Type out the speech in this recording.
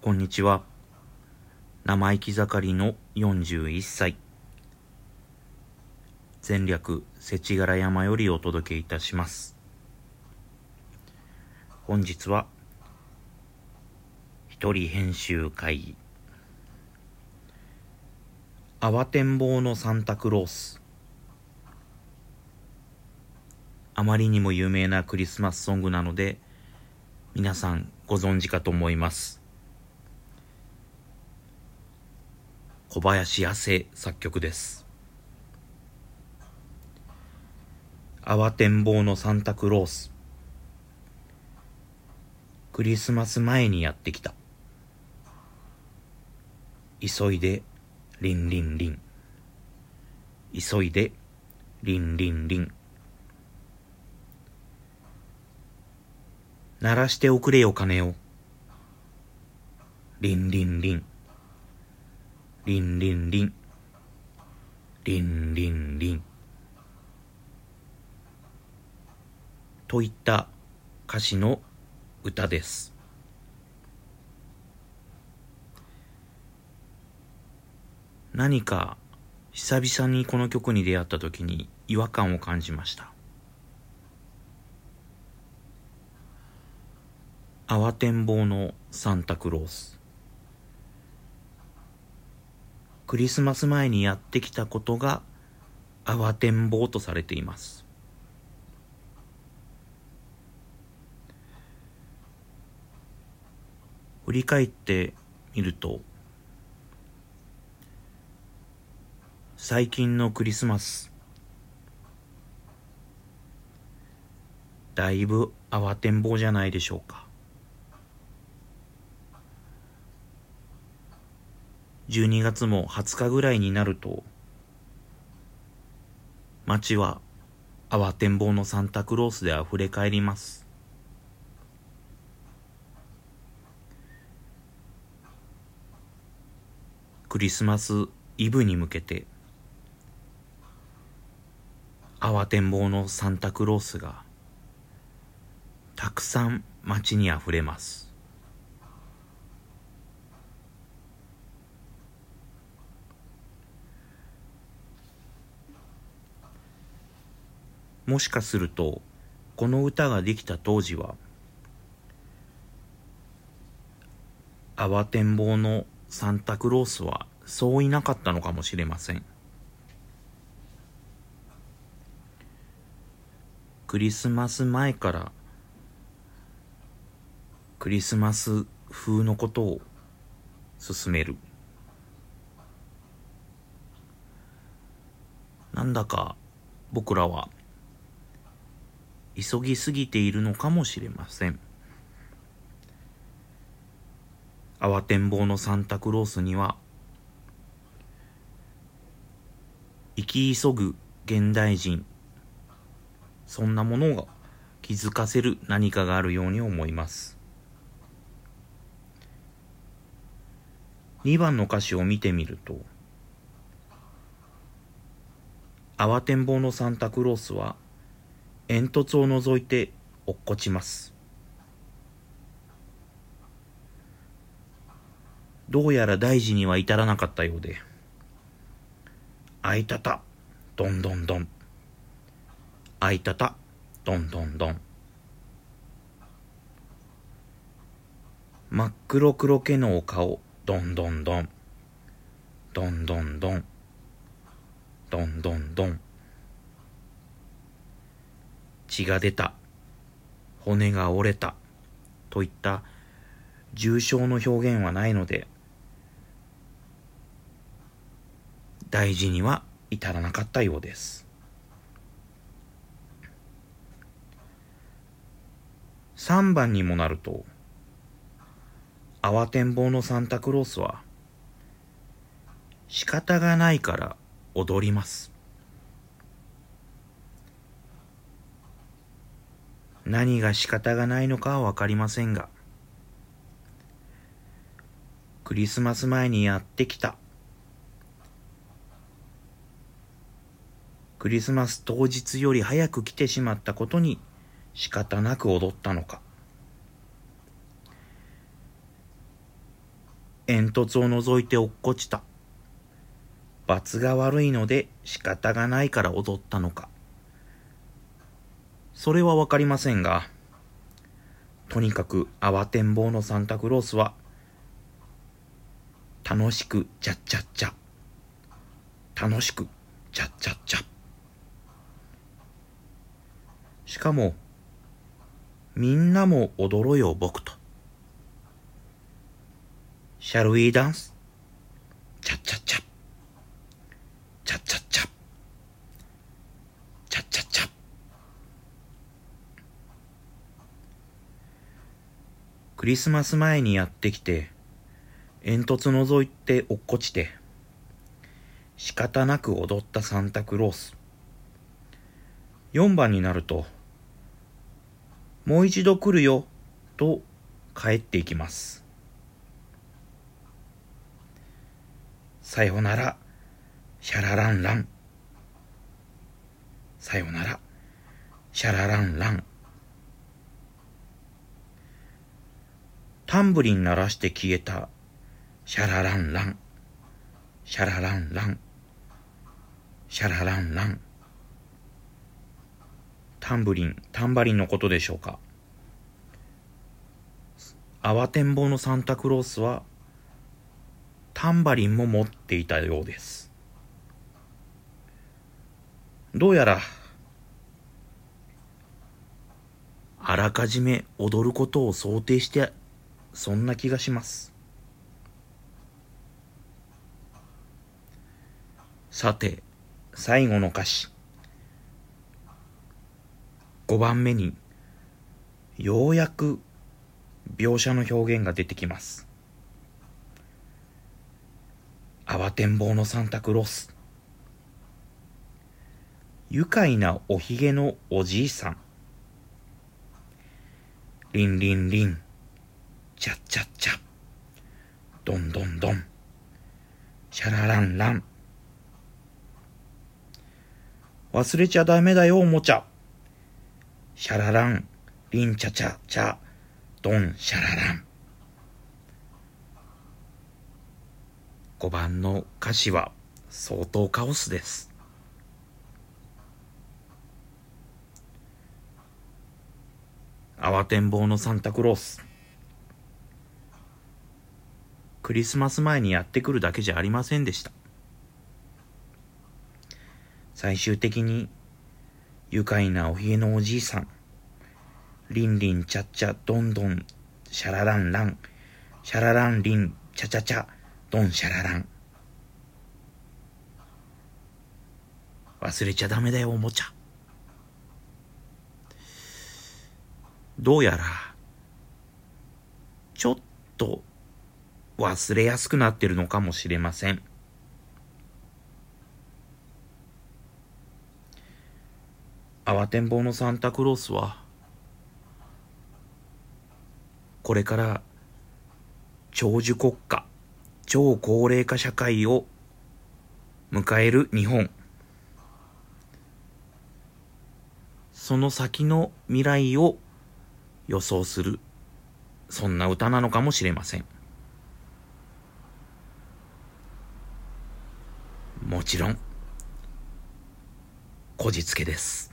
こんにちは。生意気盛りの41歳。前略世知辛山よりお届けいたします。本日は一人編集会議。慌てんぼうのサンタクロース。あまりにも有名なクリスマスソングなので皆さんご存知かと思います。小林亜星作曲です。慌てんぼうのサンタクロース。クリスマス前にやってきた。急いでリンリンリン。急いでリンリンリン。鳴らしておくれよ鐘を。リンリンリン。リンリンリン。リンリンリン。といった歌詞の歌です。何か久々にこの曲に出会った時に違和感を感じました。慌てんぼうのサンタクロース。クリスマス前にやってきたことが慌てんぼうとされています。振り返ってみると、最近のクリスマス、だいぶ慌てんぼうじゃないでしょうか。12月も20日ぐらいになると、街は慌てんぼうのサンタクロースであふれかえります。クリスマスイブに向けて、慌てんぼうのサンタクロースがたくさん街にあふれます。もしかするとこの歌ができた当時は慌てんぼうのサンタクロースはそういなかったのかもしれません。クリスマス前からクリスマス風のことを進める。なんだか僕らは急ぎすぎているのかもしれません。慌てんぼうのサンタクロースには生き急ぐ現代人、そんなものが気づかせる何かがあるように思います。2番の歌詞を見てみると、慌てんぼうのサンタクロースは煙突を覗いて落っこちます。どうやら大事には至らなかったようで、あいたたどんどんどん、あいたたどんどんどん、真っ黒黒けのお顔どんどんどん、どんどんどん、どんどんどん、血が出た、骨が折れたといった重傷の表現はないので大事には至らなかったようです。3番にもなると、慌てんぼうのサンタクロースは仕方がないから踊ります。何が仕方がないのかはわかりませんが、クリスマス前にやってきた。クリスマス当日より早く来てしまったことに仕方なく踊ったのか。 煙突を覗いて落っこちた。罰が悪いので仕方がないから踊ったのか。それはわかりませんが、とにかく慌てんぼうのサンタクロースは、楽しくチャッチャッチャ、楽しくチャッチャッチャ。しかも、みんなも踊ろよ僕と。Shall we dance? チャッチャッチャ。チャッチャッチャ。チャッチャッチャ。クリスマス前にやってきて、煙突覗いて落っこちて、仕方なく踊ったサンタクロース。4番になると、もう一度来るよ、と帰っていきます。さよなら、シャラランラン。さよなら、シャラランラン。タンブリン鳴らして消えた、シャラランラン、シャラランラン、シャラランラン。タンバリンのことでしょうか。慌てんぼうのサンタクロースは、タンバリンも持っていたようです。どうやら、あらかじめ踊ることを想定して、そんな気がします。さて、最後の歌詞。5番目に、ようやく描写の表現が出てきます。慌てんぼうのサンタクロース。愉快なおひげのおじいさん。リンリンリン。チャッチャッチャ。ドンドンドン。シャラランラン。忘れちゃダメだよおもちゃ。シャララン、リンチャチャチャ、ドンシャララン。5番の歌詞は相当カオスです。慌てんぼうのサンタクロース。クリスマス前にやってくるだけじゃありませんでした。最終的に愉快なおひげのおじいさん、リンリンチャッチャドンドンシャラランラン、シャラランリンチャチャチャドンシャララン。忘れちゃダメだよおもちゃ。どうやらちょっと忘れやすくなってるのかもしれません。慌てんぼうのサンタクロースはこれから長寿国家、超高齢化社会を迎える日本、その先の未来を予想する、そんな歌なのかもしれません。もちろんこじつけです。